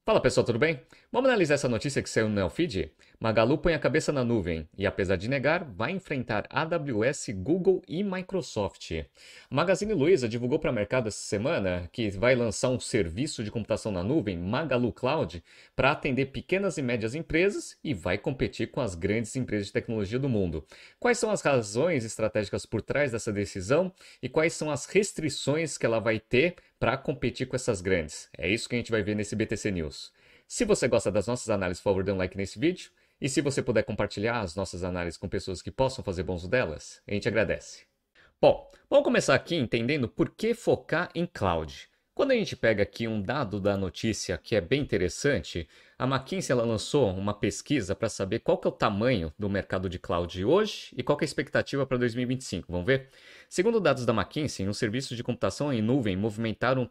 Fala pessoal, tudo bem? Vamos analisar essa notícia que saiu no Neofeed? Magalu põe a cabeça na nuvem e, apesar de negar, vai enfrentar AWS, Google e Microsoft. A Magazine Luiza divulgou para o mercado essa semana que vai lançar um serviço de computação na nuvem, Magalu Cloud, para atender pequenas e médias empresas e vai competir com as grandes empresas de tecnologia do mundo. Quais são as razões estratégicas por trás dessa decisão e quais são as restrições que ela vai ter para competir com essas grandes? É isso que a gente vai ver nesse BTC News. Se você gosta das nossas análises, por favor, dê um like nesse vídeo. E se você puder compartilhar as nossas análises com pessoas que possam fazer bom uso delas, a gente agradece. Bom, vamos começar aqui entendendo por que focar em cloud. Quando a gente pega aqui um dado da notícia que é bem interessante, a McKinsey ela lançou uma pesquisa para saber qual que é o tamanho do mercado de cloud hoje e qual que é a expectativa para 2025. Vamos ver? Segundo dados da McKinsey, os serviços de computação em nuvem movimentaram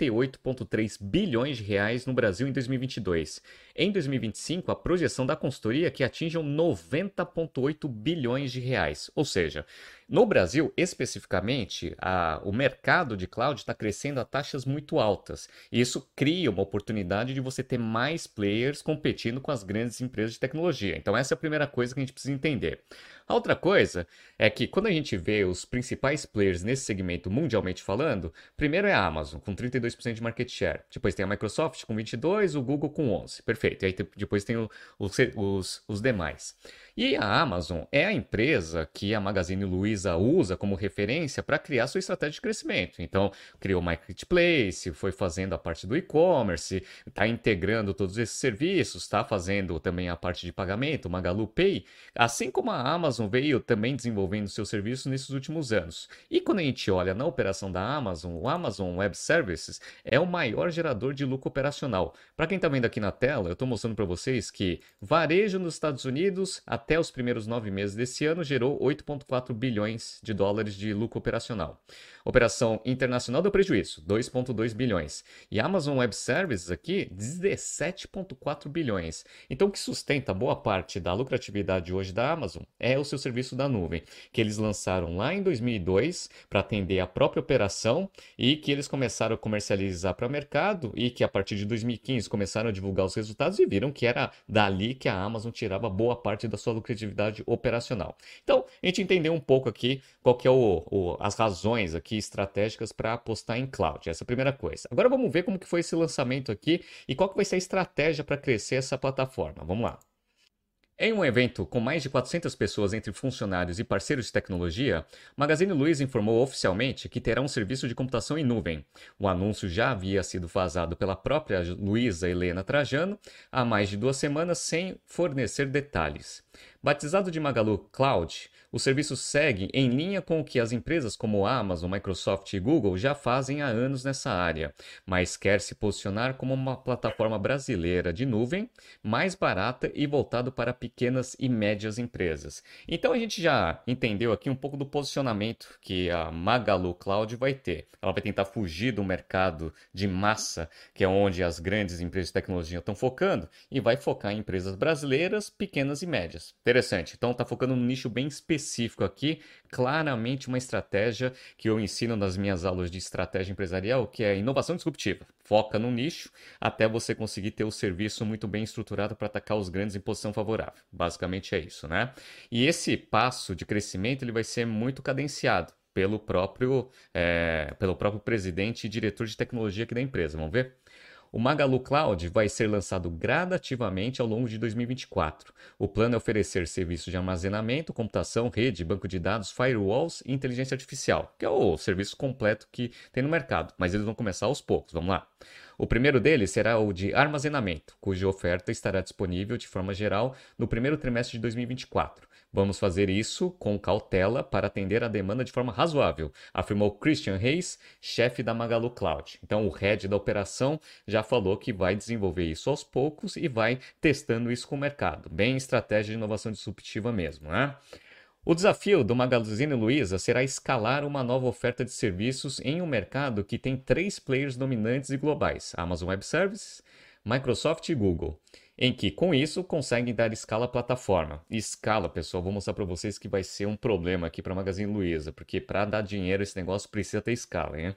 38,3 bilhões de reais no Brasil em 2022. Em 2025, a projeção da consultoria é que atinjam 90,8 bilhões de reais. Ou seja, no Brasil, especificamente, o mercado de cloud está crescendo a taxas muito altas. E isso cria uma oportunidade de você ter mais players competindo com as grandes empresas de tecnologia. Então, essa é a primeira coisa que a gente precisa entender. A outra coisa é que quando a gente vê os principais players nesse segmento mundialmente falando, primeiro é a Amazon, com 32% de market share. Depois tem a Microsoft com 22%, o Google com 11%. Perfeito. E aí depois tem os demais. E a Amazon é a empresa que a Magazine Luiza usa como referência para criar sua estratégia de crescimento. Então, criou o Marketplace, foi fazendo a parte do e-commerce, está integrando todos esses serviços, está fazendo também a parte de pagamento, o Magalu Pay, assim como a Amazon veio também desenvolvendo seus serviços nesses últimos anos. E quando a gente olha na operação da Amazon, o Amazon Web Services é o maior gerador de lucro operacional. Para quem está vendo aqui na tela, eu estou mostrando para vocês que varejo nos Estados Unidos, até os primeiros 9 meses desse ano, gerou 8,4 bilhões de dólares de lucro operacional. Operação internacional deu prejuízo, 2,2 bilhões. E Amazon Web Services aqui, 17,4 bilhões. Então, o que sustenta boa parte da lucratividade hoje da Amazon é o seu serviço da nuvem, que eles lançaram lá em 2002 para atender a própria operação e que eles começaram a comercializar para o mercado e que a partir de 2015 começaram a divulgar os resultados e viram que era dali que a Amazon tirava boa parte da sua lucratividade operacional. Então, a gente entendeu um pouco aqui qual que é as razões aqui estratégicas para apostar em cloud. Essa é a primeira coisa. Agora vamos ver como que foi esse lançamento aqui e qual que vai ser a estratégia para crescer essa plataforma. Vamos lá. Em um evento com mais de 400 pessoas entre funcionários e parceiros de tecnologia, Magazine Luiza informou oficialmente que terá um serviço de computação em nuvem. O anúncio já havia sido vazado pela própria Luiza Helena Trajano há mais de 2 semanas sem fornecer detalhes. Batizado de Magalu Cloud, o serviço segue em linha com o que as empresas como Amazon, Microsoft e Google já fazem há anos nessa área, mas quer se posicionar como uma plataforma brasileira de nuvem mais barata e voltado para pequenas e médias empresas. Então a gente já entendeu aqui um pouco do posicionamento que a Magalu Cloud vai ter. Ela vai tentar fugir do mercado de massa, que é onde as grandes empresas de tecnologia estão focando, e vai focar em empresas brasileiras, pequenas e médias. Interessante. Então está focando num nicho bem específico aqui, claramente uma estratégia que eu ensino nas minhas aulas de estratégia empresarial, que é inovação disruptiva. Foca no nicho até você conseguir ter o serviço muito bem estruturado para atacar os grandes em posição favorável. Basicamente é isso, né? E esse passo de crescimento ele vai ser muito cadenciado pelo próprio presidente e diretor de tecnologia aqui da empresa. Vamos ver? O Magalu Cloud vai ser lançado gradativamente ao longo de 2024. O plano é oferecer serviços de armazenamento, computação, rede, banco de dados, firewalls e inteligência artificial, que é o serviço completo que tem no mercado, mas eles vão começar aos poucos. Vamos lá. O primeiro deles será o de armazenamento, cuja oferta estará disponível de forma geral no primeiro trimestre de 2024. Vamos fazer isso com cautela para atender a demanda de forma razoável, afirmou Christian Reis, chefe da Magalu Cloud. Então, o head da operação já falou que vai desenvolver isso aos poucos e vai testando isso com o mercado. Bem estratégia de inovação disruptiva mesmo, né? O desafio do Magazine Luiza será escalar uma nova oferta de serviços em um mercado que tem 3 players dominantes e globais, Amazon Web Services, Microsoft e Google, em que com isso conseguem dar escala à plataforma. Escala, pessoal, vou mostrar para vocês que vai ser um problema aqui para a Magazine Luiza, porque para dar dinheiro esse negócio precisa ter escala, hein?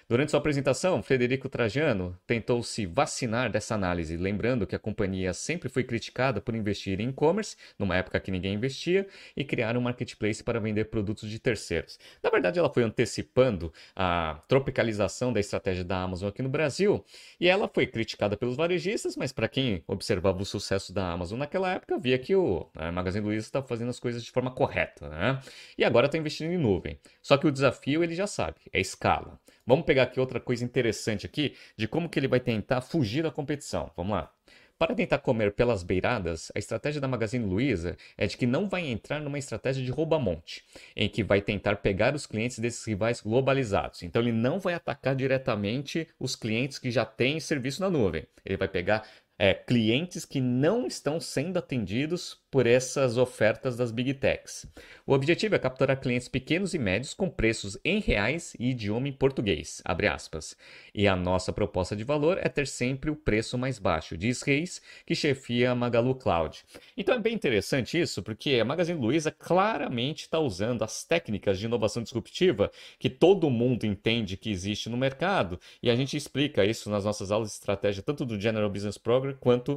Durante sua apresentação, Frederico Trajano tentou se vacinar dessa análise, lembrando que a companhia sempre foi criticada por investir em e-commerce, numa época que ninguém investia, e criar um marketplace para vender produtos de terceiros. Na verdade, ela foi antecipando a tropicalização da estratégia da Amazon aqui no Brasil, e ela foi criticada pelos varejistas, mas para quem observava o sucesso da Amazon naquela época, via que o Magazine Luiza estava fazendo as coisas de forma correta, né? E agora está investindo em nuvem. Só que o desafio, ele já sabe, é escala. Vamos pegar aqui outra coisa interessante aqui de como que ele vai tentar fugir da competição. Vamos lá. Para tentar comer pelas beiradas, a estratégia da Magazine Luiza é de que não vai entrar numa estratégia de rouba-monte, em que vai tentar pegar os clientes desses rivais globalizados. Então ele não vai atacar diretamente os clientes que já têm serviço na nuvem. Ele vai pegar clientes que não estão sendo atendidos por essas ofertas das Big Techs. O objetivo é capturar clientes pequenos e médios com preços em reais e idioma em português, abre aspas. E a nossa proposta de valor é ter sempre o preço mais baixo, diz Reis, que chefia a Magalu Cloud. Então é bem interessante isso, porque a Magazine Luiza claramente está usando as técnicas de inovação disruptiva que todo mundo entende que existe no mercado, e a gente explica isso nas nossas aulas de estratégia, tanto do General Business Program quanto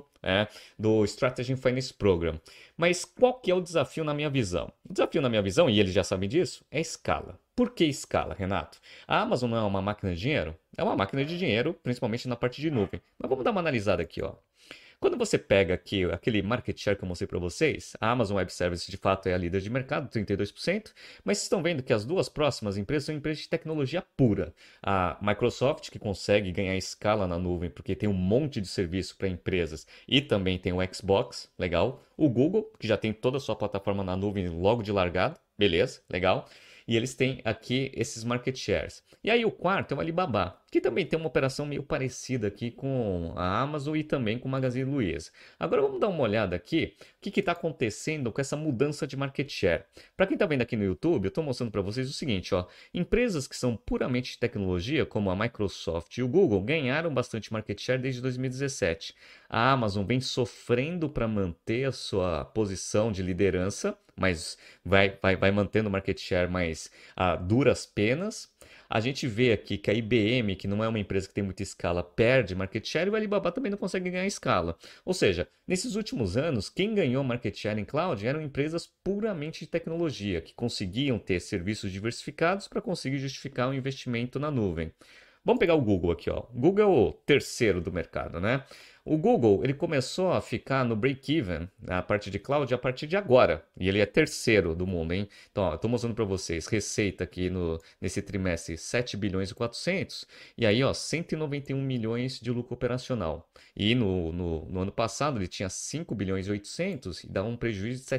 do Strategy and Finance Program. Mas qual que é o desafio na minha visão? O desafio na minha visão, e eles já sabem disso, é escala. Por que escala, Renato? A Amazon não é uma máquina de dinheiro? É uma máquina de dinheiro, principalmente na parte de nuvem. Mas vamos dar uma analisada aqui, ó. Quando você pega aqui aquele market share que eu mostrei para vocês, a Amazon Web Services de fato é a líder de mercado, 32%, mas vocês estão vendo que as duas próximas empresas são empresas de tecnologia pura. A Microsoft, que consegue ganhar escala na nuvem porque tem um monte de serviço para empresas e também tem o Xbox, legal. O Google, que já tem toda a sua plataforma na nuvem logo de largada, beleza, legal. E eles têm aqui esses market shares. E aí o quarto é o Alibaba, que também tem uma operação meio parecida aqui com a Amazon e também com o Magazine Luiza. Agora vamos dar uma olhada aqui, o que está acontecendo com essa mudança de market share. Para quem está vendo aqui no YouTube, eu estou mostrando para vocês o seguinte, ó, empresas que são puramente de tecnologia, como a Microsoft e o Google, ganharam bastante market share desde 2017. A Amazon vem sofrendo para manter a sua posição de liderança, mas vai mantendo o market share mais a duras penas. A gente vê aqui que a IBM, que não é uma empresa que tem muita escala, perde market share e o Alibaba também não consegue ganhar escala. Ou seja, nesses últimos anos, quem ganhou market share em cloud eram empresas puramente de tecnologia, que conseguiam ter serviços diversificados para conseguir justificar o investimento na nuvem. Vamos pegar o Google aqui, ó. O Google é o terceiro do mercado, né? O Google, ele começou a ficar no break-even, a parte de cloud, a partir de agora. E ele é terceiro do mundo, hein? Então, ó, eu estou mostrando para vocês, receita aqui nesse trimestre, 7 bilhões e 400. E aí, ó, 191 milhões de lucro operacional. E no ano passado, ele tinha 5 bilhões e 800 e dava um prejuízo de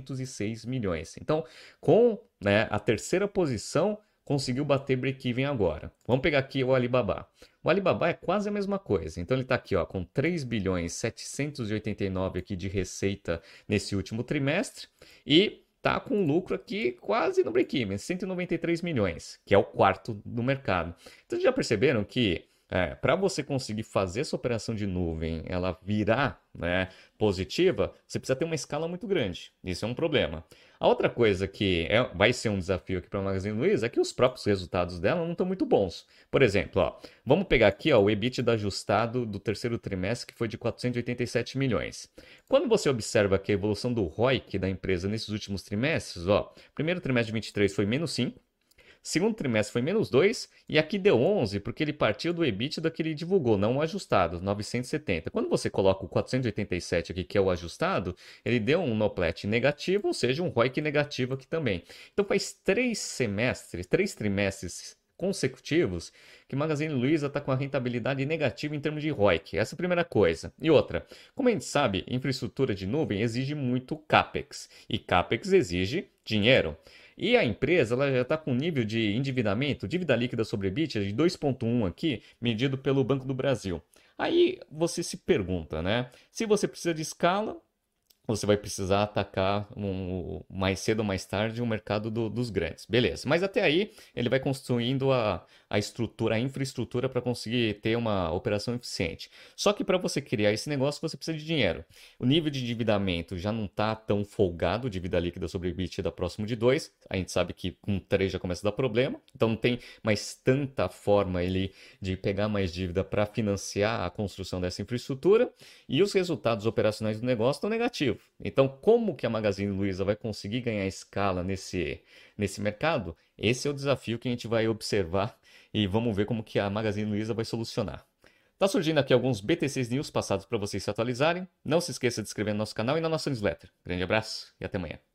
706 milhões. Então, com a terceira posição, conseguiu bater break-even agora. Vamos pegar aqui o Alibaba. O Alibaba é quase a mesma coisa. Então ele está aqui ó, com 3 bilhões 789 aqui de receita nesse último trimestre e está com lucro aqui quase no break-even, 193 milhões, que é o quarto do mercado. Então já perceberam que para você conseguir fazer essa operação de nuvem, ela virar positiva, você precisa ter uma escala muito grande. Isso é um problema. A outra coisa que vai ser um desafio aqui para a Magazine Luiza é que os próprios resultados dela não estão muito bons. Por exemplo, ó, vamos pegar aqui ó, o EBITDA ajustado do terceiro trimestre, que foi de 487 milhões. Quando você observa aqui a evolução do ROIC da empresa nesses últimos trimestres, ó, primeiro trimestre de 23 foi menos 5, segundo trimestre foi menos 2 e aqui deu 11 porque ele partiu do EBITDA que ele divulgou, não o ajustado, 970. Quando você coloca o 487 aqui, que é o ajustado, ele deu um NOPLAT negativo, ou seja, um ROIC negativo aqui também. Então faz 3 trimestres consecutivos que Magazine Luiza está com a rentabilidade negativa em termos de ROIC. Essa é a primeira coisa. E outra, como a gente sabe, infraestrutura de nuvem exige muito CAPEX e CAPEX exige dinheiro. E a empresa ela já está com um nível de endividamento, dívida líquida sobre EBITDA de 2,1 aqui, medido pelo Banco do Brasil. Aí você se pergunta, né? Se você precisa de escala, você vai precisar atacar mais cedo ou mais tarde o mercado dos grandes. Beleza. Mas até aí, ele vai construindo a estrutura, a infraestrutura para conseguir ter uma operação eficiente. Só que para você criar esse negócio, você precisa de dinheiro. O nível de endividamento já não está tão folgado, dívida líquida sobre EBITDA próximo de 2. A gente sabe que com 3 já começa a dar problema. Então não tem mais tanta forma ele de pegar mais dívida para financiar a construção dessa infraestrutura. E os resultados operacionais do negócio estão negativos. Então, como que a Magazine Luiza vai conseguir ganhar escala nesse mercado? Esse é o desafio que a gente vai observar e vamos ver como que a Magazine Luiza vai solucionar. Tá surgindo aqui alguns BTCs News passados para vocês se atualizarem. Não se esqueça de se inscrever no nosso canal e na nossa newsletter. Grande abraço e até amanhã.